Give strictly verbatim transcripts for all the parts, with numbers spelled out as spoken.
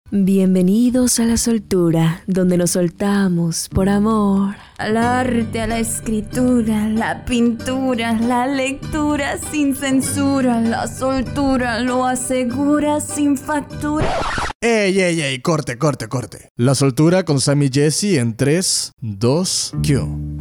Bienvenidos a la soltura, donde nos soltamos por amor. Al arte, a la escritura, la pintura, la lectura sin censura, la soltura lo asegura sin factura. ¡Ey, ey, ey! Corte, corte, corte. La soltura con Sam y Jesse en tres, dos, Q.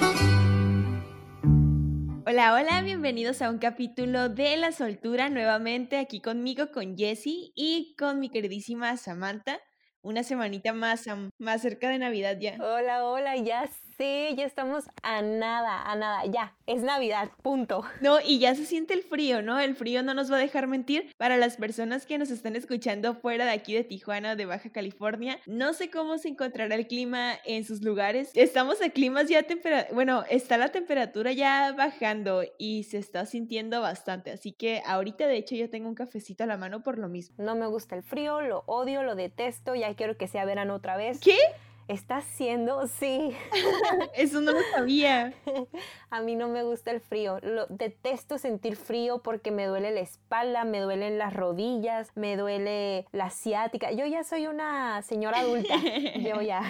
Hola, hola, bienvenidos a un capítulo de La Soltura, nuevamente aquí conmigo, con Jessie y con mi queridísima Samantha. Una semanita más, Sam, más cerca de Navidad ya. Hola, hola, ya sé, ya estamos a nada, a nada, ya, es Navidad, punto. No, y ya se siente el frío, ¿no? El frío no nos va a dejar mentir. Para las personas que nos están escuchando fuera de aquí de Tijuana o de Baja California, no sé cómo se encontrará el clima en sus lugares. Estamos a climas ya temperatura, bueno, está la temperatura ya bajando y se está sintiendo bastante, así que ahorita de hecho yo tengo un cafecito a la mano por lo mismo. No me gusta el frío, lo odio, lo detesto, ya quiero que sea verano otra vez. ¿Qué? ¿Está haciendo? Sí. Eso no lo sabía. A mí no me gusta el frío. Lo, detesto sentir frío porque me duele la espalda, me duelen las rodillas, me duele la ciática. Yo ya soy una señora adulta. Yo ya.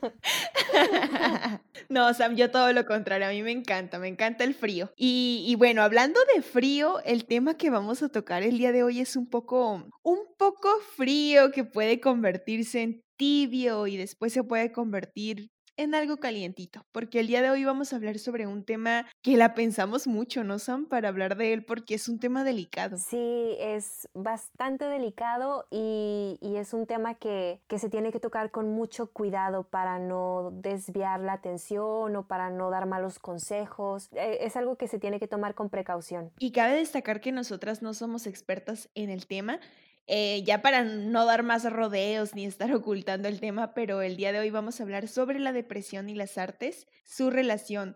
No, Sam, yo todo lo contrario. A mí me encanta, me encanta el frío. Y, y bueno, hablando de frío, el tema que vamos a tocar el día de hoy es un poco, un poco frío que puede convertirse en tibio y después se puede convertir en algo calientito, porque el día de hoy vamos a hablar sobre un tema que la pensamos mucho, ¿no, Sam? Para hablar de él, porque es un tema delicado. Sí, es bastante delicado y, y es un tema que, que se tiene que tocar con mucho cuidado para no desviar la atención o para no dar malos consejos. Eh, es algo que se tiene que tomar con precaución. Y cabe destacar que nosotras no somos expertas en el tema. Eh, ya para no dar más rodeos ni estar ocultando el tema, pero el día de hoy vamos a hablar sobre la depresión y las artes, su relación.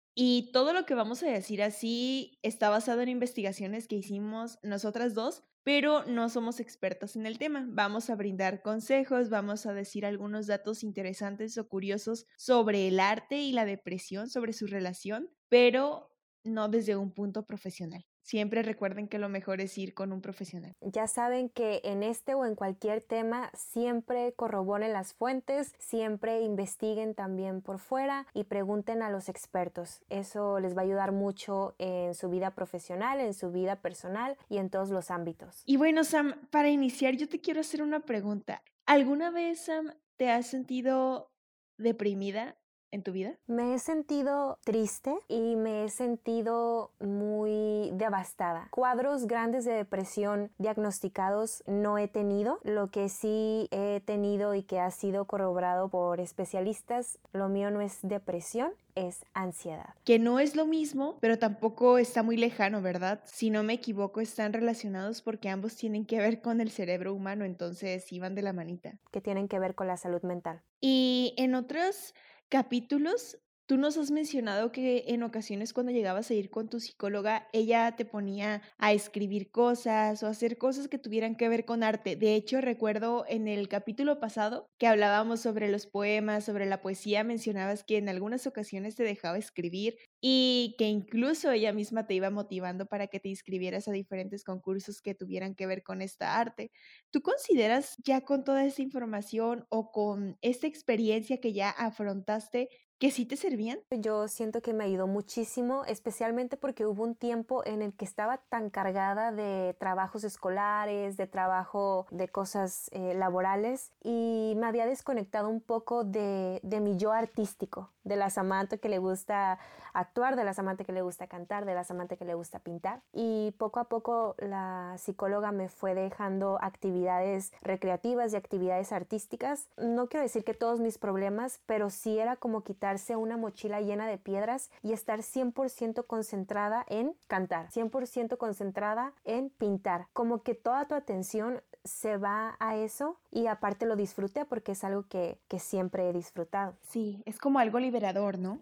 Y todo lo que vamos a decir así está basado en investigaciones que hicimos nosotras dos, pero no somos expertas en el tema. Vamos a brindar consejos, vamos a decir algunos datos interesantes o curiosos sobre el arte y la depresión, sobre su relación, pero no desde un punto profesional. Siempre recuerden que lo mejor es ir con un profesional. Ya saben que en este o en cualquier tema siempre corroboren las fuentes, siempre investiguen también por fuera y pregunten a los expertos. Eso les va a ayudar mucho en su vida profesional, en su vida personal y en todos los ámbitos. Y bueno, Sam, para iniciar yo te quiero hacer una pregunta. ¿Alguna vez, Sam, te has sentido deprimida en tu vida? Me he sentido triste y me he sentido muy devastada. Cuadros grandes de depresión diagnosticados no he tenido. Lo que sí he tenido y que ha sido corroborado por especialistas, lo mío no es depresión, es ansiedad. Que no es lo mismo, pero tampoco está muy lejano, ¿verdad? Si no me equivoco, están relacionados porque ambos tienen que ver con el cerebro humano, entonces sí van de la manita. Que tienen que ver con la salud mental. Y en otros capítulos, tú nos has mencionado que en ocasiones cuando llegabas a ir con tu psicóloga, ella te ponía a escribir cosas o hacer cosas que tuvieran que ver con arte. De hecho, recuerdo en el capítulo pasado que hablábamos sobre los poemas, sobre la poesía, mencionabas que en algunas ocasiones te dejaba escribir y que incluso ella misma te iba motivando para que te inscribieras a diferentes concursos que tuvieran que ver con esta arte. ¿Tú consideras ya con toda esta información o con esta experiencia que ya afrontaste que sí te servían? Yo siento que me ayudó muchísimo, especialmente porque hubo un tiempo en el que estaba tan cargada de trabajos escolares, de trabajo de cosas eh, laborales y me había desconectado un poco de, de mi yo artístico, de la Samantha que le gusta actuar, de la Samantha que le gusta cantar, de la Samantha que le gusta pintar. Y poco a poco la psicóloga me fue dejando actividades recreativas y actividades artísticas. No quiero decir que todos mis problemas, pero sí era como quitarse una mochila llena de piedras y estar cien por ciento concentrada en cantar, cien por ciento concentrada en pintar. Como que toda tu atención se va a eso y aparte lo disfruté porque es algo que, que siempre he disfrutado. Sí, es como algo liberador, ¿no? Sí,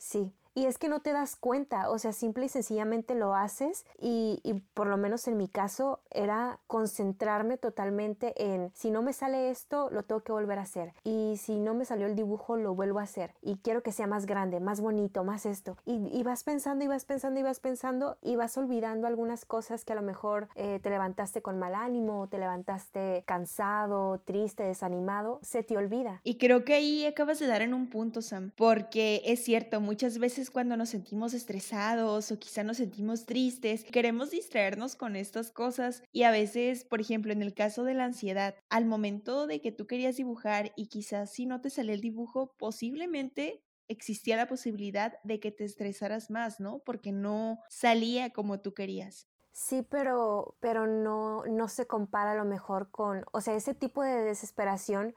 Y es que no te das cuenta, o sea, simple y sencillamente lo haces y, y por lo menos en mi caso era concentrarme totalmente en si no me sale esto, lo tengo que volver a hacer. Y si no me salió el dibujo, lo vuelvo a hacer. Y quiero que sea más grande, más bonito, más esto. Y, y vas pensando y vas pensando y vas pensando y vas olvidando algunas cosas que a lo mejor eh, te levantaste con mal ánimo, te levantaste cansado, triste, desanimado, se te olvida. Y creo que ahí acabas de dar en un punto, Sam, porque es cierto, muchas veces cuando nos sentimos estresados o quizá nos sentimos tristes, queremos distraernos con estas cosas y a veces, por ejemplo, en el caso de la ansiedad, al momento de que tú querías dibujar y quizás si no te sale el dibujo, posiblemente existía la posibilidad de que te estresaras más, ¿no? Porque no salía como tú querías. Sí, pero, pero no, no se compara a lo mejor con, o sea, ese tipo de desesperación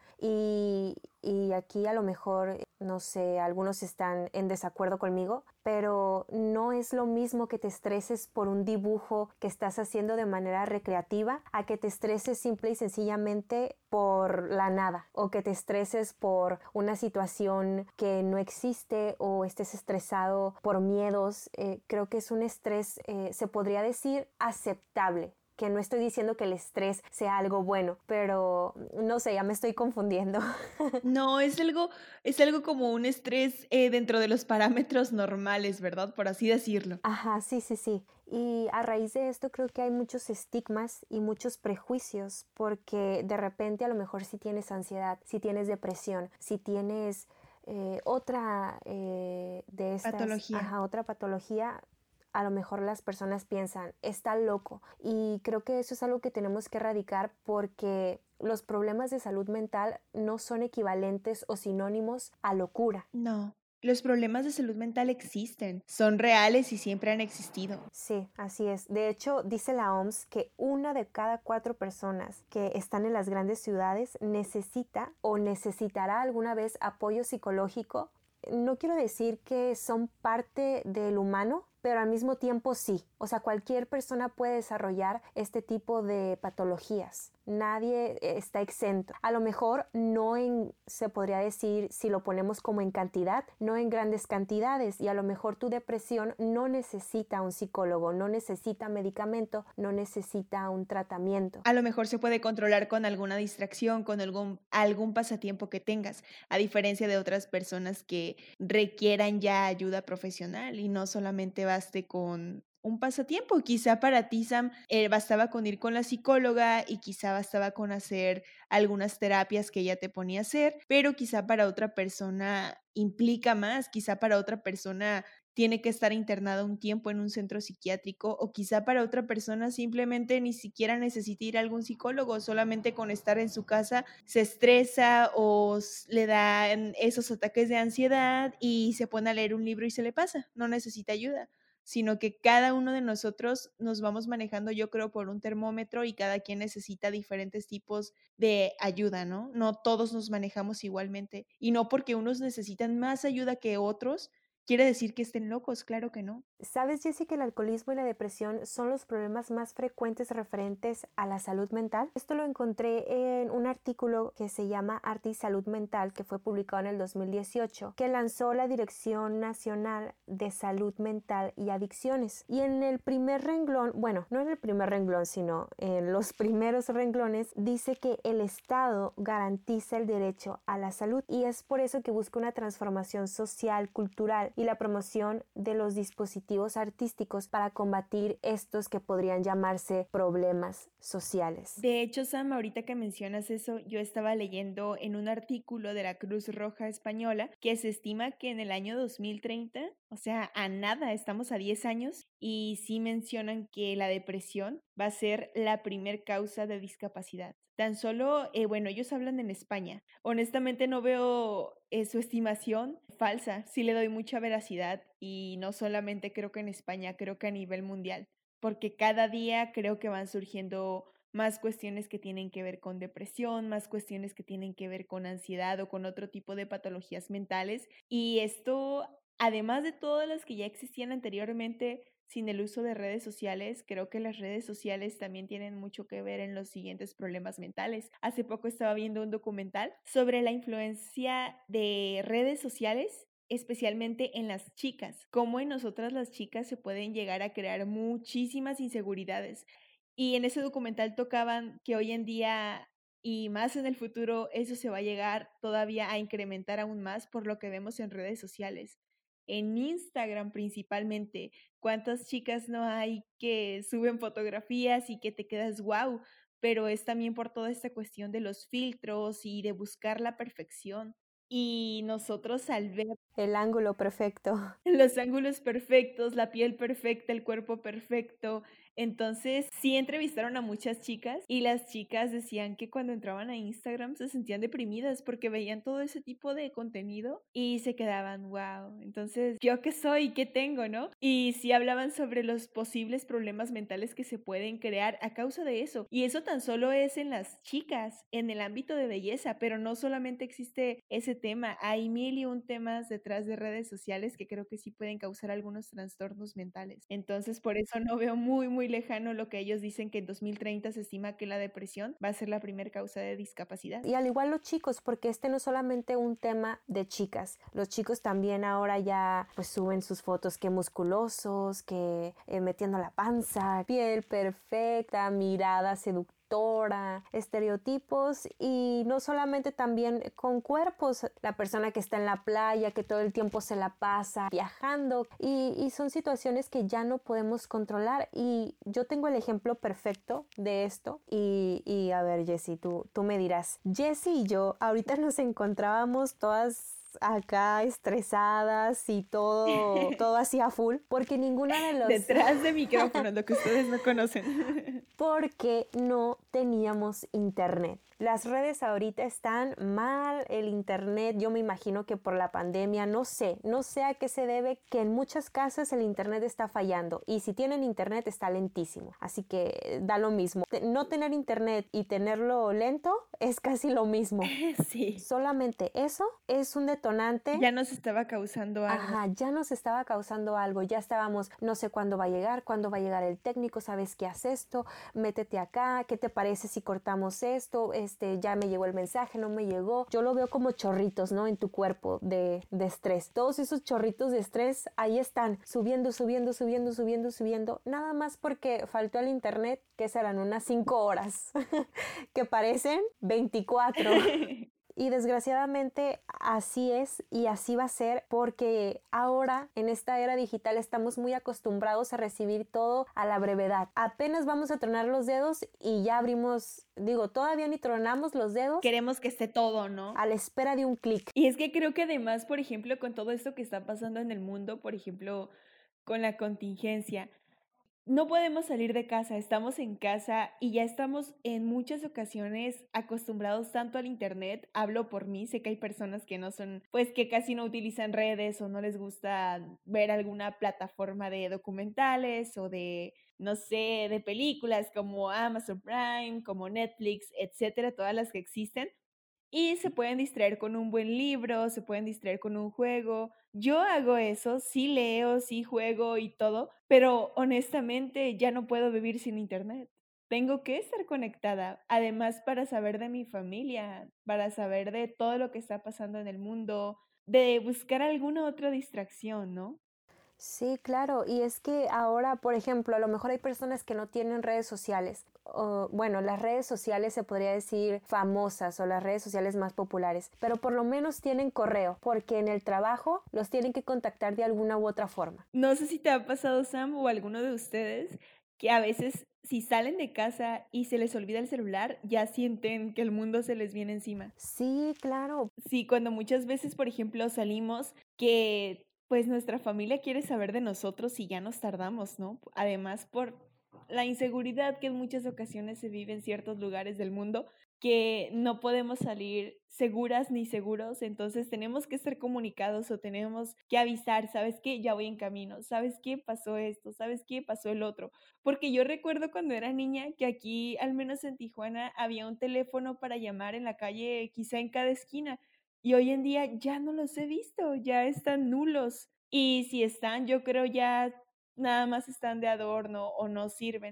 y, y aquí a lo mejor, no sé, algunos están en desacuerdo conmigo, pero no es lo mismo que te estreses por un dibujo que estás haciendo de manera recreativa a que te estreses simple y sencillamente por la nada o que te estreses por una situación que no existe o estés estresado por miedos. Eh, creo que es un estrés, eh, se podría decir, aceptable. Que no estoy diciendo que el estrés sea algo bueno, pero no sé, ya me estoy confundiendo. No, es algo, es algo como un estrés eh, dentro de los parámetros normales, ¿verdad? Por así decirlo. Ajá, sí, sí, sí. Y a raíz de esto creo que hay muchos estigmas y muchos prejuicios, porque de repente a lo mejor si tienes ansiedad, si tienes depresión, si tienes eh, otra eh, de estas, Patología. ajá, otra patología, a lo mejor las personas piensan, está loco. Y creo que eso es algo que tenemos que erradicar porque los problemas de salud mental no son equivalentes o sinónimos a locura. No, los problemas de salud mental existen, son reales y siempre han existido. Sí, así es. De hecho, dice la O M S que una de cada cuatro personas que están en las grandes ciudades necesita o necesitará alguna vez apoyo psicológico. No quiero decir que son parte del humano, pero al mismo tiempo sí. O sea, cualquier persona puede desarrollar este tipo de patologías. Nadie está exento. A lo mejor no en, se podría decir, si lo ponemos como en cantidad, no en grandes cantidades. Y a lo mejor tu depresión no necesita un psicólogo, no necesita medicamento, no necesita un tratamiento. A lo mejor se puede controlar con alguna distracción, con algún, algún pasatiempo que tengas, a diferencia de otras personas que requieran ya ayuda profesional y no solamente baste con un pasatiempo. Quizá para ti, Sam, eh, bastaba con ir con la psicóloga y quizá bastaba con hacer algunas terapias que ella te ponía a hacer, pero quizá para otra persona implica más, quizá para otra persona tiene que estar internada un tiempo en un centro psiquiátrico o quizá para otra persona simplemente ni siquiera necesita ir a algún psicólogo, solamente con estar en su casa se estresa o le dan esos ataques de ansiedad y se pone a leer un libro y se le pasa, no necesita ayuda, sino que cada uno de nosotros nos vamos manejando, yo creo, por un termómetro y cada quien necesita diferentes tipos de ayuda, ¿no? No todos nos manejamos igualmente y no porque unos necesitan más ayuda que otros, quiere decir que estén locos, claro que no. ¿Sabes, Jessie, que el alcoholismo y la depresión son los problemas más frecuentes referentes a la salud mental? Esto lo encontré en un artículo que se llama Arte y Salud Mental, que fue publicado en el dos mil dieciocho, que lanzó la Dirección Nacional de Salud Mental y Adicciones. Y en el primer renglón, bueno, no en el primer renglón, sino en los primeros renglones, dice que el Estado garantiza el derecho a la salud y es por eso que busca una transformación social, cultural y la promoción de los dispositivos artísticos para combatir estos que podrían llamarse problemas sociales. De hecho, Sam, ahorita que mencionas eso, yo estaba leyendo en un artículo de la Cruz Roja Española que se estima que en el año dos mil treinta, o sea, a nada, estamos a diez años, y sí mencionan que la depresión va a ser la primer causa de discapacidad. Tan solo, eh, bueno, ellos hablan en España. Honestamente no veo eh, su estimación falsa, sí le doy mucha veracidad y no solamente creo que en España, creo que a nivel mundial, porque cada día creo que van surgiendo más cuestiones que tienen que ver con depresión, más cuestiones que tienen que ver con ansiedad o con otro tipo de patologías mentales. Y esto, además de todas las que ya existían anteriormente, sin el uso de redes sociales, creo que las redes sociales también tienen mucho que ver en los siguientes problemas mentales. Hace poco estaba viendo un documental sobre la influencia de redes sociales especialmente en las chicas, cómo en nosotras las chicas se pueden llegar a crear muchísimas inseguridades. Y en ese documental tocaban que hoy en día y más en el futuro eso se va a llegar todavía a incrementar aún más por lo que vemos en redes sociales. En Instagram principalmente, ¿cuántas chicas no hay que suben fotografías y que te quedas wow? Pero es también por toda esta cuestión de los filtros y de buscar la perfección. Y nosotros al ver El ángulo perfecto. los ángulos perfectos, la piel perfecta, el cuerpo perfecto. Entonces, sí entrevistaron a muchas chicas y las chicas decían que cuando entraban a Instagram se sentían deprimidas porque veían todo ese tipo de contenido y se quedaban, wow, entonces, ¿yo qué soy? ¿Qué tengo, no? Y sí hablaban sobre los posibles problemas mentales que se pueden crear a causa de eso. Y eso tan solo es en las chicas, en el ámbito de belleza, pero no solamente existe ese tema, hay mil y un temas detrás de redes sociales que creo que sí pueden causar algunos trastornos mentales. Entonces, por eso no veo muy, muy lejano lo que ellos dicen que en dos mil treinta se estima que la depresión va a ser la primera causa de discapacidad. Y al igual los chicos, porque este no es solamente un tema de chicas. Los chicos también ahora ya pues suben sus fotos que musculosos, que eh, metiendo la panza, piel perfecta, mirada seductora, estereotipos, y no solamente también con cuerpos, la persona que está en la playa, que todo el tiempo se la pasa viajando, y, y son situaciones que ya no podemos controlar. Y yo tengo el ejemplo perfecto de esto, y, y a ver, Jessie, tú, tú me dirás, Jessie y yo ahorita nos encontrábamos todas acá estresadas y todo, todo así a full, porque ninguna de los... Detrás de micrófonos, lo que ustedes no conocen. Porque no teníamos internet. Las redes ahorita están mal, el internet, yo me imagino que por la pandemia, no sé, no sé a qué se debe que en muchas casas el internet está fallando, y si tienen internet está lentísimo, así que da lo mismo. No tener internet y tenerlo lento es casi lo mismo. Sí. Solamente eso es un detonante. Ya nos estaba causando algo. Ajá, ya nos estaba causando algo, ya estábamos, no sé cuándo va a llegar, cuándo va a llegar el técnico, ¿sabes qué haces esto? Métete acá, ¿qué te parece si cortamos esto? Este, ya me llegó el mensaje, no me llegó. Yo lo veo como chorritos, ¿no? En tu cuerpo de, de estrés. Todos esos chorritos de estrés ahí están, subiendo, subiendo, subiendo, subiendo, subiendo. Nada más porque faltó el internet, que serán unas cinco horas, que parecen veinticuatro. Y desgraciadamente así es y así va a ser, porque ahora en esta era digital estamos muy acostumbrados a recibir todo a la brevedad. Apenas vamos a tronar los dedos y ya abrimos, digo, todavía ni tronamos los dedos. Queremos que esté todo, ¿no? A la espera de un clic. Y es que creo que además, por ejemplo, con todo esto que está pasando en el mundo, por ejemplo, con la contingencia, no podemos salir de casa, estamos en casa y ya estamos en muchas ocasiones acostumbrados tanto al internet. Hablo por mí, sé que hay personas que no son, pues que casi no utilizan redes o no les gusta ver alguna plataforma de documentales o de, no sé, de películas como Amazon Prime, como Netflix, etcétera, todas las que existen. Y se pueden distraer con un buen libro, se pueden distraer con un juego. Yo hago eso, sí leo, sí juego y todo, pero honestamente ya no puedo vivir sin internet. Tengo que estar conectada, además para saber de mi familia, para saber de todo lo que está pasando en el mundo, de buscar alguna otra distracción, ¿no? Sí, claro, y es que ahora, por ejemplo, a lo mejor hay personas que no tienen redes sociales. O, bueno, las redes sociales se podría decir famosas o las redes sociales más populares, pero por lo menos tienen correo, porque en el trabajo los tienen que contactar de alguna u otra forma. No sé si te ha pasado, Sam, o alguno de ustedes, que a veces si salen de casa y se les olvida el celular, ya sienten que el mundo se les viene encima. Sí, claro. Sí, cuando muchas veces, por ejemplo, salimos que pues nuestra familia quiere saber de nosotros y ya nos tardamos, ¿no? Además, por la inseguridad que en muchas ocasiones se vive en ciertos lugares del mundo, que no podemos salir seguras ni seguros, entonces tenemos que estar comunicados o tenemos que avisar, ¿sabes qué? Ya voy en camino, ¿sabes qué? Pasó esto, ¿sabes qué? Pasó el otro. Porque yo recuerdo cuando era niña que aquí, al menos en Tijuana, había un teléfono para llamar en la calle, quizá en cada esquina. Y hoy en día ya no los he visto, ya están nulos. Y si están, yo creo ya nada más están de adorno o no sirven.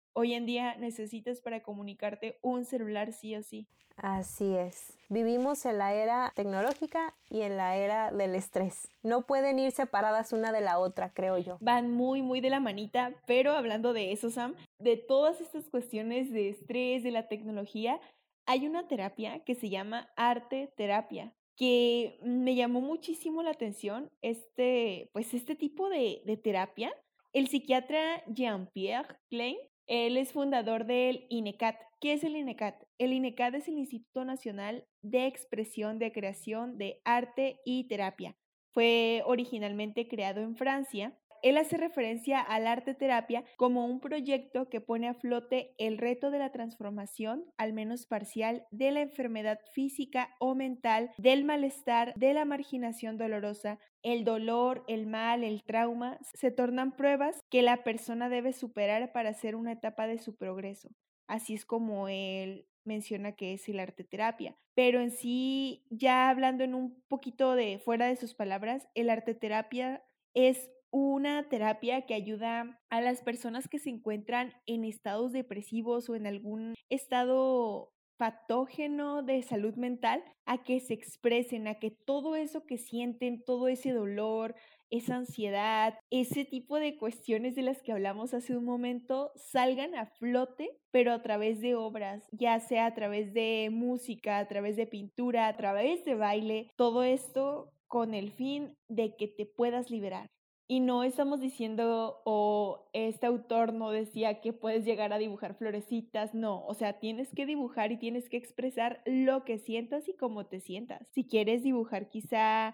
hoy en día necesitas para comunicarte un celular sí o sí. Así es. Vivimos en la era tecnológica y en la era del estrés. No pueden ir separadas una de la otra, creo yo. Van muy, muy de la manita, pero hablando de eso, Sam, de todas estas cuestiones de estrés, de la tecnología, hay una terapia que se llama arte terapia, que me llamó muchísimo la atención, este, pues este tipo de, de terapia. El psiquiatra Jean-Pierre Klein, él es fundador del INECAT. ¿Qué es el INECAT? El INECAT es el Instituto Nacional de Expresión, de Creación, de Arte y Terapia. Fue originalmente creado en Francia. Él hace referencia al arte terapia como un proyecto que pone a flote el reto de la transformación, al menos parcial, de la enfermedad física o mental, del malestar, de la marginación dolorosa. El dolor, el mal, el trauma se tornan pruebas que la persona debe superar para hacer una etapa de su progreso. Así es como él menciona que es el arte terapia. Pero en sí, ya hablando en un poquito de fuera de sus palabras, el arte terapia es una terapia que ayuda a las personas que se encuentran en estados depresivos o en algún estado patógeno de salud mental a que se expresen, a que todo eso que sienten, todo ese dolor, esa ansiedad, ese tipo de cuestiones de las que hablamos hace un momento salgan a flote, pero a través de obras, ya sea a través de música, a través de pintura, a través de baile, todo esto con el fin de que te puedas liberar. Y no estamos diciendo, o este autor no decía que puedes llegar a dibujar florecitas, no, o sea, tienes que dibujar y tienes que expresar lo que sientas y cómo te sientas. Si quieres dibujar quizá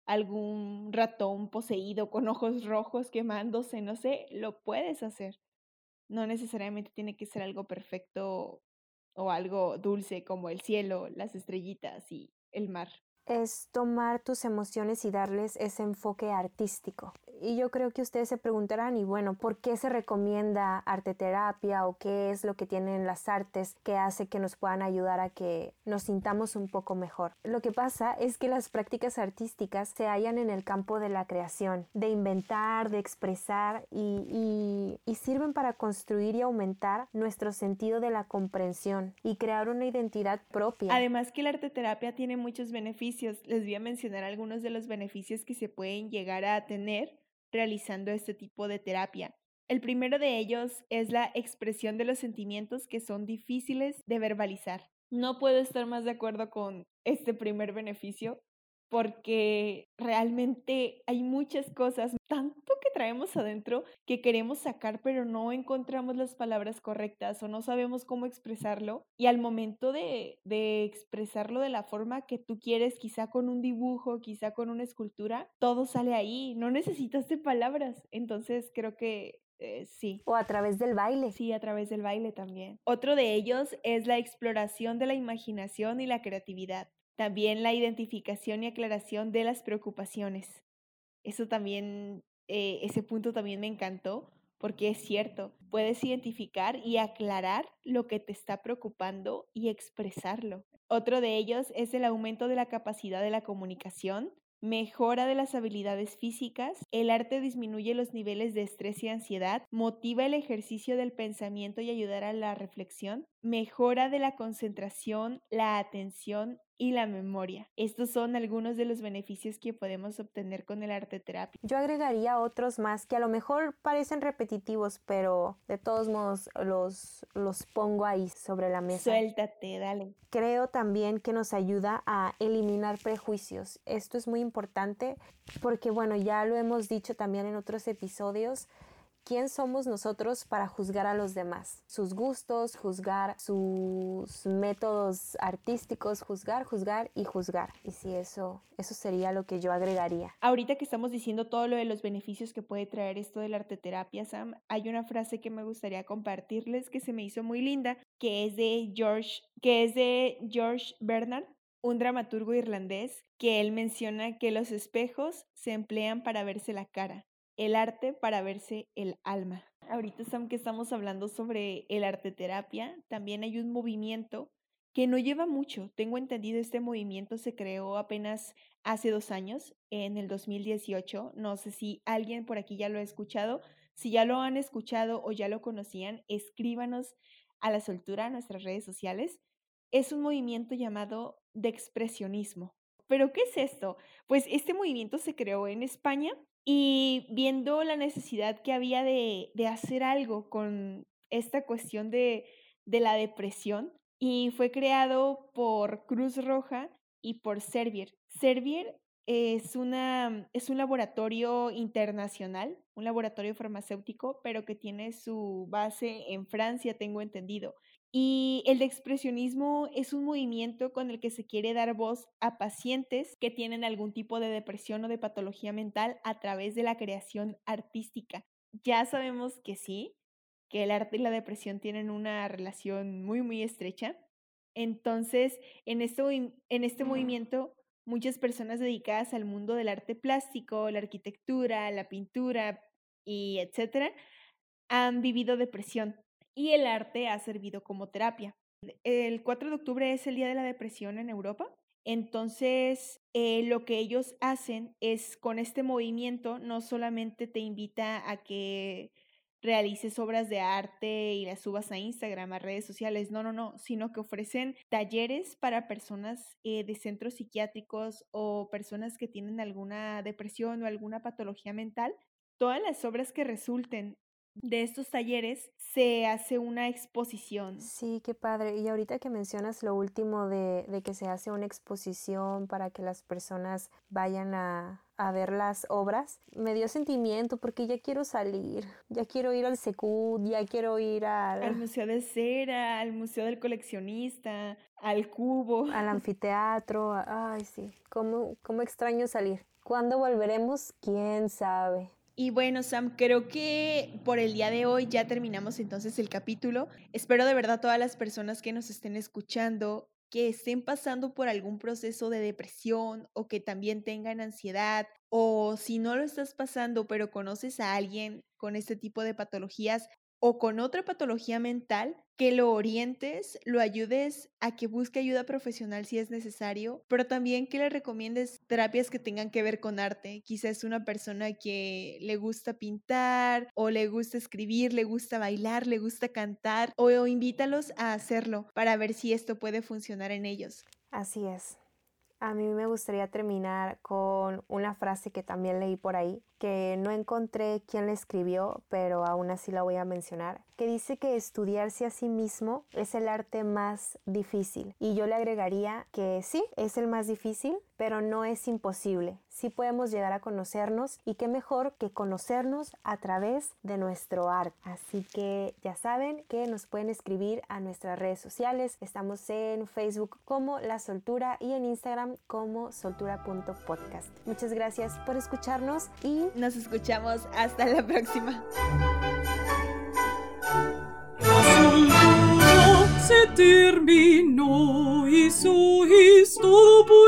algún ratón poseído con ojos rojos quemándose, no sé, lo puedes hacer. No necesariamente tiene que ser algo perfecto o algo dulce como el cielo, las estrellitas y el mar. Es tomar tus emociones y darles ese enfoque artístico. Y yo creo que ustedes se preguntarán, y bueno, ¿por qué se recomienda arte terapia o qué es lo que tienen las artes que hace que nos puedan ayudar a que nos sintamos un poco mejor? Lo que pasa es que las prácticas artísticas se hallan en el campo de la creación, de inventar, de expresar y, y, y sirven para construir y aumentar nuestro sentido de la comprensión y crear una identidad propia. Además que la arte terapia tiene muchos beneficios. Les voy a mencionar algunos de los beneficios que se pueden llegar a tener realizando este tipo de terapia. El primero de ellos es la expresión de los sentimientos que son difíciles de verbalizar. No puedo estar más de acuerdo con este primer beneficio porque realmente hay muchas cosas, tanto que traemos adentro que queremos sacar, pero no encontramos las palabras correctas o no sabemos cómo expresarlo. Y al momento de, de expresarlo de la forma que tú quieres, quizá con un dibujo, quizá con una escultura, todo sale ahí, no necesitas de palabras. Entonces creo que Eh, sí. O a través del baile. Sí, a través del baile también. Otro de ellos es la exploración de la imaginación y la creatividad. También la identificación y aclaración de las preocupaciones. Eso también, eh, ese punto también me encantó porque es cierto, puedes identificar y aclarar lo que te está preocupando y expresarlo. Otro de ellos es el aumento de la capacidad de la comunicación, mejora de las habilidades físicas, el arte disminuye los niveles de estrés y ansiedad, motiva el ejercicio del pensamiento y ayudar a la reflexión, mejora de la concentración, la atención y la memoria. Estos son algunos de los beneficios que podemos obtener con el arte terapia. Yo agregaría otros más que a lo mejor parecen repetitivos, pero de todos modos los, los pongo ahí sobre la mesa. Suéltate, dale. Creo también que nos ayuda a eliminar prejuicios. Esto es muy importante porque, bueno, ya lo hemos dicho también en otros episodios. ¿Quién somos nosotros para juzgar a los demás? Sus gustos, juzgar sus métodos artísticos, juzgar, juzgar y juzgar. Y sí, eso, eso sería lo que yo agregaría. Ahorita que estamos diciendo todo lo de los beneficios que puede traer esto de la arteterapia, Sam, hay una frase que me gustaría compartirles que se me hizo muy linda, que es de George, que es de George Bernard, un dramaturgo irlandés, que él menciona que los espejos se emplean para verse la cara, el arte para verse el alma. Ahorita, Sam, que estamos hablando sobre el arteterapia, también hay un movimiento que no lleva mucho. Tengo entendido, este movimiento se creó apenas hace dos años, en el dos mil dieciocho. No sé si alguien por aquí ya lo ha escuchado. Si ya lo han escuchado o ya lo conocían, escríbanos a La Soltura, a nuestras redes sociales. Es un movimiento llamado de expresionismo. ¿Pero qué es esto? Pues este movimiento se creó en España y viendo la necesidad que había de, de hacer algo con esta cuestión de, de la depresión, y fue creado por Cruz Roja y por Servier. Servier es, una, es un laboratorio internacional, un laboratorio farmacéutico, pero que tiene su base en Francia, tengo entendido. Y el de expresionismo es un movimiento con el que se quiere dar voz a pacientes que tienen algún tipo de depresión o de patología mental a través de la creación artística. Ya sabemos que sí, que el arte y la depresión tienen una relación muy, muy estrecha. Entonces, en este, en este movimiento, muchas personas dedicadas al mundo del arte plástico, la arquitectura, la pintura y etcétera, han vivido depresión. Y el arte ha servido como terapia. El cuatro de octubre es el Día de la Depresión en Europa. Entonces, eh, lo que ellos hacen es, con este movimiento, no solamente te invita a que realices obras de arte y las subas a Instagram, a redes sociales, no, no, no, sino que ofrecen talleres para personas eh, de centros psiquiátricos o personas que tienen alguna depresión o alguna patología mental. Todas las obras que resulten de estos talleres se hace una exposición. Sí, qué padre. Y ahorita que mencionas lo último de, de que se hace una exposición para que las personas vayan a, a ver las obras, me dio sentimiento porque ya quiero salir, ya quiero ir al Secut, ya quiero ir al... al Museo de Cera, al Museo del Coleccionista, al Cubo, al anfiteatro. Ay, sí, cómo, cómo extraño salir. ¿Cuándo volveremos? ¿Quién sabe? Y bueno, Sam, creo que por el día de hoy ya terminamos entonces el capítulo. Espero de verdad todas las personas que nos estén escuchando, que estén pasando por algún proceso de depresión o que también tengan ansiedad, o si no lo estás pasando pero conoces a alguien con este tipo de patologías o con otra patología mental, que lo orientes, lo ayudes a que busque ayuda profesional si es necesario, pero también que le recomiendes terapias que tengan que ver con arte. Quizás una persona que le gusta pintar o le gusta escribir, le gusta bailar, le gusta cantar, o, o invítalos a hacerlo para ver si esto puede funcionar en ellos. Así es. A mí me gustaría terminar con una frase que también leí por ahí, que no encontré quién la escribió, pero aún así la voy a mencionar, que dice que estudiarse a sí mismo es el arte más difícil. Y yo le agregaría que sí, es el más difícil, pero no es imposible. Sí podemos llegar a conocernos, y qué mejor que conocernos a través de nuestro arte. Así que ya saben que nos pueden escribir a nuestras redes sociales. Estamos en Facebook como La Soltura y en Instagram como soltura punto podcast. Muchas gracias por escucharnos y nos escuchamos hasta la próxima. Se terminó y eso es todo por